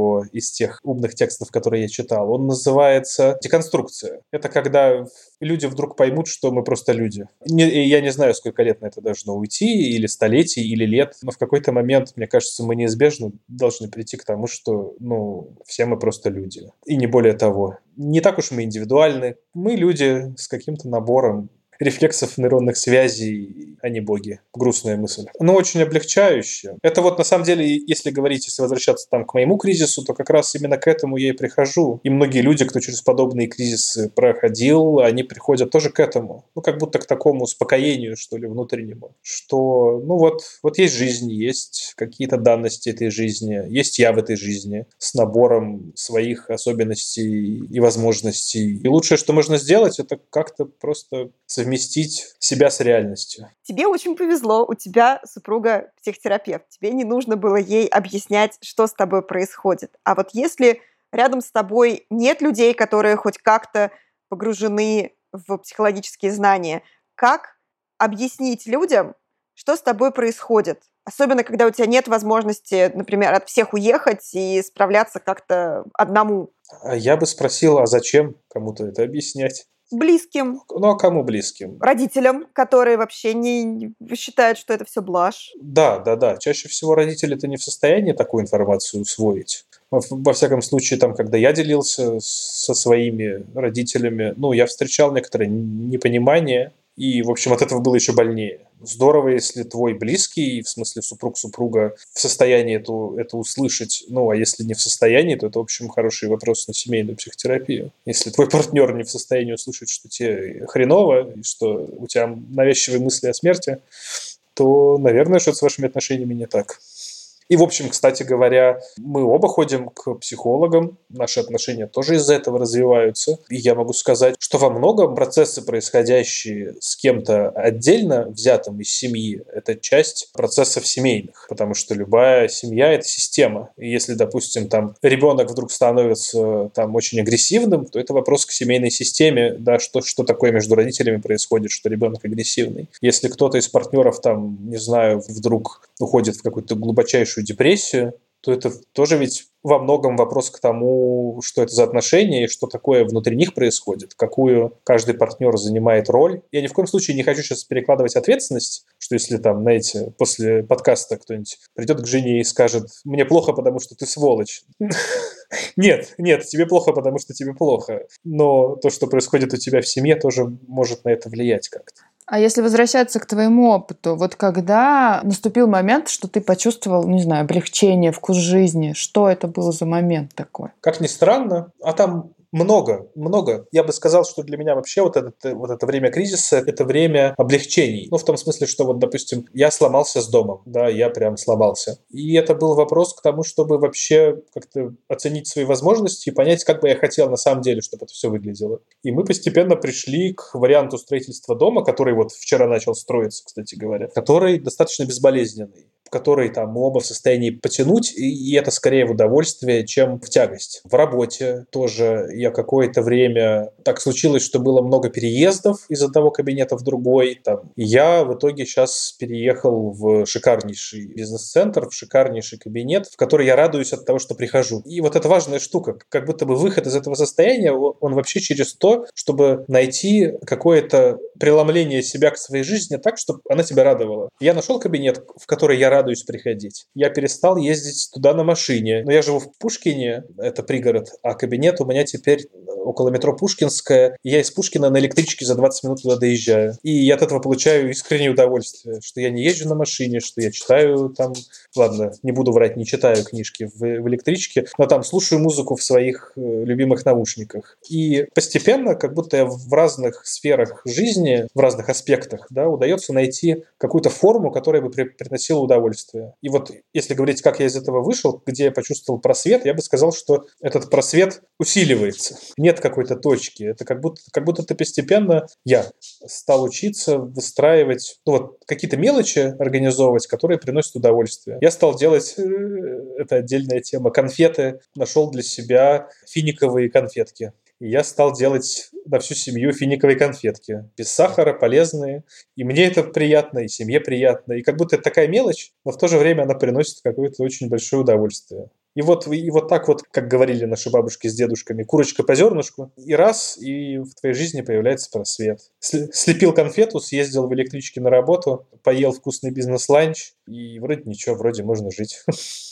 из тех умных текстов, которые я читал. Он называется деконструкция. Это когда люди вдруг поймут, что мы просто люди. Я не знаю, сколько лет на это должно уйти, или столетий, или лет, но в какой-то момент, мне кажется, мы неизбежно должны прийти к тому, что, все мы просто люди. И не более того. Не так уж мы индивидуальны. Мы люди с каким-то набором рефлексов нейронных связей, а не боги. Грустная мысль. Но очень облегчающая. Это на самом деле, если возвращаться там к моему кризису, то как раз именно к этому я и прихожу. И многие люди, кто через подобные кризисы проходил, они приходят тоже к этому. Как будто к такому успокоению, что ли, внутреннему. Что, есть жизнь, есть какие-то данности этой жизни, есть я в этой жизни с набором своих особенностей и возможностей. И лучшее, что можно сделать, это как-то просто совместить себя с реальностью. Тебе очень повезло, у тебя супруга психотерапевт. Тебе не нужно было ей объяснять, что с тобой происходит. А если рядом с тобой нет людей, которые хоть как-то погружены в психологические знания, как объяснить людям, что с тобой происходит? Особенно, когда у тебя нет возможности, например, от всех уехать и справляться как-то одному. Я бы спросил, а зачем кому-то это объяснять? Близким. А кому близким? Родителям, которые вообще не считают, что это все блажь. Да. Чаще всего родители-то не в состоянии такую информацию усвоить. Во всяком случае, когда я делился со своими родителями, я встречал некоторое непонимание, и, в общем, от этого было еще больнее. Здорово, если твой близкий, в смысле супруг-супруга, в состоянии это услышать. А если не в состоянии, то это, в общем, хороший вопрос на семейную психотерапию. Если твой партнер не в состоянии услышать, что тебе хреново, и что у тебя навязчивые мысли о смерти, то, наверное, что-то с вашими отношениями не так. И, в общем, кстати говоря, мы оба ходим к психологам, наши отношения тоже из-за этого развиваются. И я могу сказать, что во многом процессы, происходящие с кем-то отдельно взятым из семьи, это часть процессов семейных, потому что любая семья – это система. И если, допустим, ребенок вдруг становится очень агрессивным, то это вопрос к семейной системе, да, что такое между родителями происходит, что ребенок агрессивный. Если кто-то из партнеров, вдруг уходит в какую-то глубочайшую депрессию, то это тоже ведь во многом вопрос к тому, что это за отношения и что такое внутри них происходит, какую каждый партнер занимает роль. Я ни в коем случае не хочу сейчас перекладывать ответственность, что если после подкаста кто-нибудь придет к жене и скажет: «Мне плохо, потому что ты сволочь». Нет, тебе плохо, потому что тебе плохо. Но то, что происходит у тебя в семье, тоже может на это влиять как-то. А если возвращаться к твоему опыту, когда наступил момент, что ты почувствовал, облегчение, вкус жизни, что это был за момент такой? Как ни странно, там много. Я бы сказал, что для меня вообще это время кризиса – это время облегчений. В том смысле, что допустим, я сломался с домом, да, я прям сломался. И это был вопрос к тому, чтобы вообще как-то оценить свои возможности и понять, как бы я хотел на самом деле, чтобы это все выглядело. И мы постепенно пришли к варианту строительства дома, который вчера начал строиться, кстати говоря, который достаточно безболезненный. в которой там мы оба в состоянии потянуть, и это скорее в удовольствие, чем в тягость. В работе тоже я какое-то время... Так случилось, что было много переездов из одного кабинета в другой. Там. И я в итоге сейчас переехал в шикарнейший бизнес-центр, в шикарнейший кабинет, в который я радуюсь от того, что прихожу. И вот это важная штука. Как будто бы выход из этого состояния, он вообще через то, чтобы найти какое-то преломление себя к своей жизни так, чтобы она тебя радовала. Я нашел кабинет, в который я радуюсь приходить. Я перестал ездить туда на машине. Но я живу в Пушкине, это пригород, а кабинет у меня теперь около метро Пушкинская. И я из Пушкина на электричке за 20 минут туда доезжаю. И я от этого получаю искреннее удовольствие, что я не езжу на машине, что я читаю там, ладно, не буду врать, не читаю книжки в электричке, но там слушаю музыку в своих любимых наушниках. И постепенно, как будто в разных сферах жизни, в разных аспектах, да, удается найти какую-то форму, которая бы приносила удовольствие. И вот если говорить, как я из этого вышел, где я почувствовал просвет, я бы сказал, что этот просвет усиливается. Нет какой-то точки. Это как будто ты постепенно, я стал учиться выстраивать, ну вот, какие-то мелочи организовывать, которые приносят удовольствие. Я стал делать, это отдельная тема, конфеты, нашел для себя финиковые конфетки. И я стал делать на всю семью финиковые конфетки. Без сахара, полезные. И мне это приятно, и семье приятно. И как будто это такая мелочь, но в то же время она приносит какое-то очень большое удовольствие. И вот так вот, как говорили наши бабушки с дедушками, курочка по зернышку, и раз, и в твоей жизни появляется просвет. Слепил конфету, съездил в электричке на работу, поел вкусный бизнес-ланч, и вроде ничего, вроде можно жить.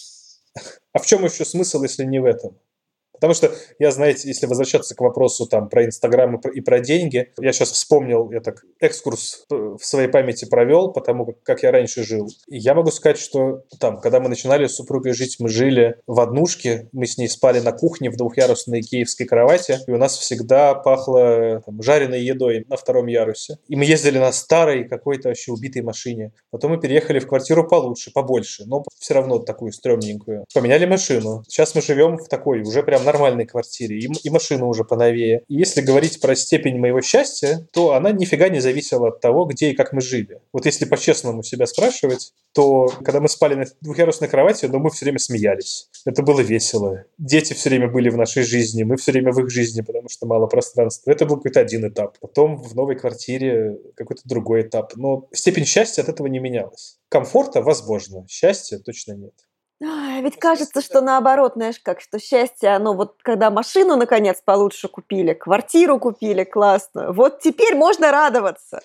А в чем еще смысл, если не в этом? Потому что я, знаете, если возвращаться к вопросу там, про Инстаграм и про деньги, я сейчас вспомнил, я так экскурс в своей памяти провел, потому как я раньше жил. И я могу сказать, что там, когда мы начинали с супругой жить, мы жили в однушке, мы с ней спали на кухне в двухъярусной киевской кровати, и у нас всегда пахло там, жареной едой на втором ярусе. И мы ездили на старой какой-то вообще убитой машине. Потом мы переехали в квартиру получше, побольше, но все равно такую стрёмненькую. Поменяли машину. Сейчас мы живем в такой уже прям нормальной квартире, и машина уже поновее. И если говорить про степень моего счастья, то она нифига не зависела от того, где и как мы жили. Вот если по-честному себя спрашивать, то когда мы спали на двухъярусной кровати, мы все время смеялись. Это было весело. Дети все время были в нашей жизни, мы все время в их жизни, потому что мало пространства. Это был какой-то один этап. Потом в новой квартире какой-то другой этап. Но степень счастья от этого не менялась. Комфорта возможно, счастья точно нет. Ведь кажется, что наоборот, знаешь, как что счастье, оно вот когда машину наконец получше купили, квартиру купили, классно, вот теперь можно радоваться.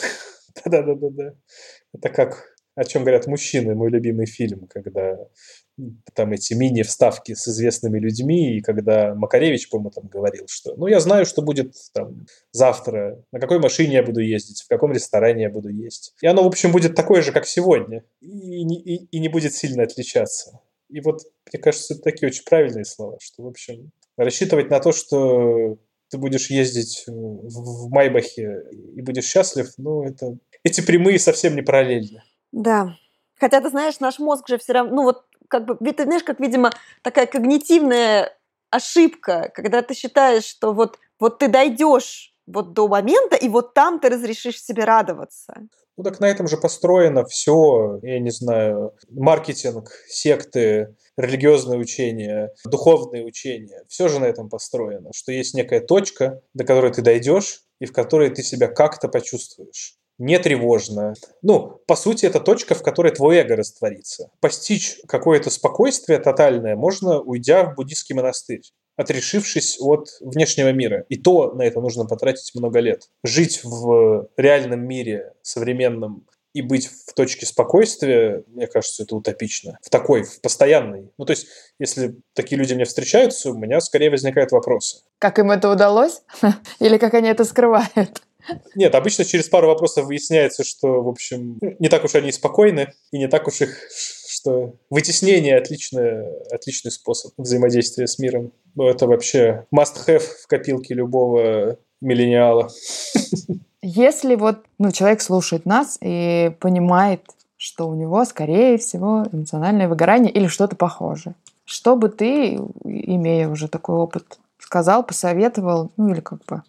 Да. Это как, о чем говорят мужчины, мой любимый фильм, когда там эти мини-вставки с известными людьми, и когда Макаревич, по-моему, там говорил, что я знаю, что будет там завтра, на какой машине я буду ездить, в каком ресторане я буду есть. И оно, в общем, будет такое же, как сегодня, и не будет сильно отличаться. И вот, мне кажется, это такие очень правильные слова, что, в общем, рассчитывать на то, что ты будешь ездить в Майбахе и будешь счастлив, эти прямые совсем не параллельны. Да. Хотя, ты знаешь, наш мозг же все равно, ты знаешь, как, видимо, такая когнитивная ошибка, когда ты считаешь, что вот ты дойдешь вот до момента, и вот там ты разрешишь себе радоваться. Так на этом же построено все, я не знаю, маркетинг, секты, религиозное учение, духовное учение. Все же на этом построено, что есть некая точка, до которой ты дойдешь, и в которой ты себя как-то почувствуешь. Не тревожно. По сути, это точка, в которой твой эго растворится. Постичь какое-то спокойствие тотальное можно, уйдя в буддийский монастырь, отрешившись от внешнего мира. И то на это нужно потратить много лет. Жить в реальном мире современном и быть в точке спокойствия, мне кажется, это утопично. В постоянной. То есть, если такие люди мне встречаются, у меня скорее возникают вопросы. Как им это удалось? Или как они это скрывают? Нет, обычно через пару вопросов выясняется, что, в общем, не так уж они спокойны, и не так уж что вытеснение отличный способ взаимодействия с миром. Это вообще must-have в копилке любого миллениала. Если человек слушает нас и понимает, что у него, скорее всего, эмоциональное выгорание или что-то похожее, что бы ты, имея уже такой опыт, сказал, посоветовал, или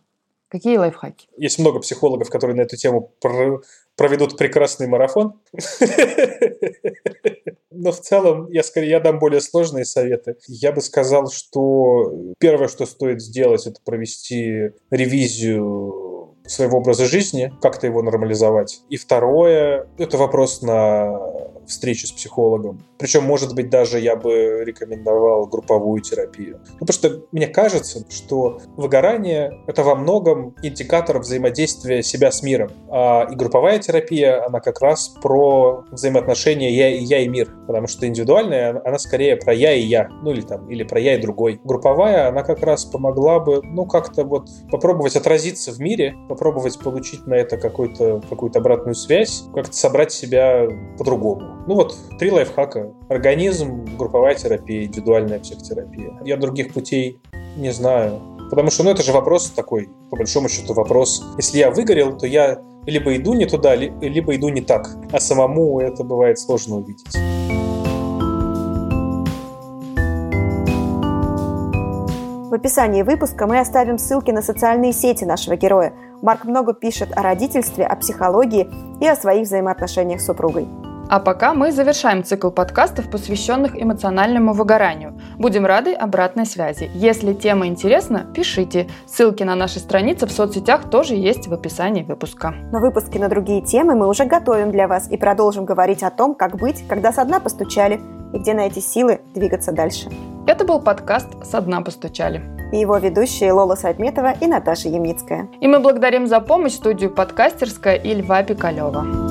Какие лайфхаки? Есть много психологов, которые на эту тему проведут прекрасный марафон. Но в целом я дам более сложные советы. Я бы сказал, что первое, что стоит сделать, это провести ревизию своего образа жизни, как-то его нормализовать. И второе, это вопрос на встречу с психологом. Причем, может быть, даже я бы рекомендовал групповую терапию. Потому что мне кажется, что выгорание — это во многом индикатор взаимодействия себя с миром. И групповая терапия, она как раз про взаимоотношения я и мир. Потому что индивидуальная, она скорее про я и я. Или про я и другой. Групповая, она как раз помогла бы, как-то попробовать отразиться в мире, попробовать получить на это какую-то обратную связь, как-то собрать себя по-другому. 3 лайфхака. Организм, групповая терапия, индивидуальная психотерапия. Я других путей не знаю. Потому что, это же вопрос такой, по большому счету вопрос. Если я выгорел, то я либо иду не туда, либо иду не так. А самому это бывает сложно увидеть. В описании выпуска мы оставим ссылки на социальные сети нашего героя. Марк много пишет о родительстве, о психологии и о своих взаимоотношениях с супругой. А пока мы завершаем цикл подкастов, посвященных эмоциональному выгоранию. Будем рады обратной связи. Если тема интересна, пишите. Ссылки на наши страницы в соцсетях тоже есть в описании выпуска. Но выпуски на другие темы мы уже готовим для вас и продолжим говорить о том, как быть, когда со дна постучали, и где найти силы двигаться дальше. Это был подкаст «Со дна постучали». И его ведущие Лола Сайтметова и Наташа Ямницкая. И мы благодарим за помощь студию «Подкастерская» и Льва Пикалева.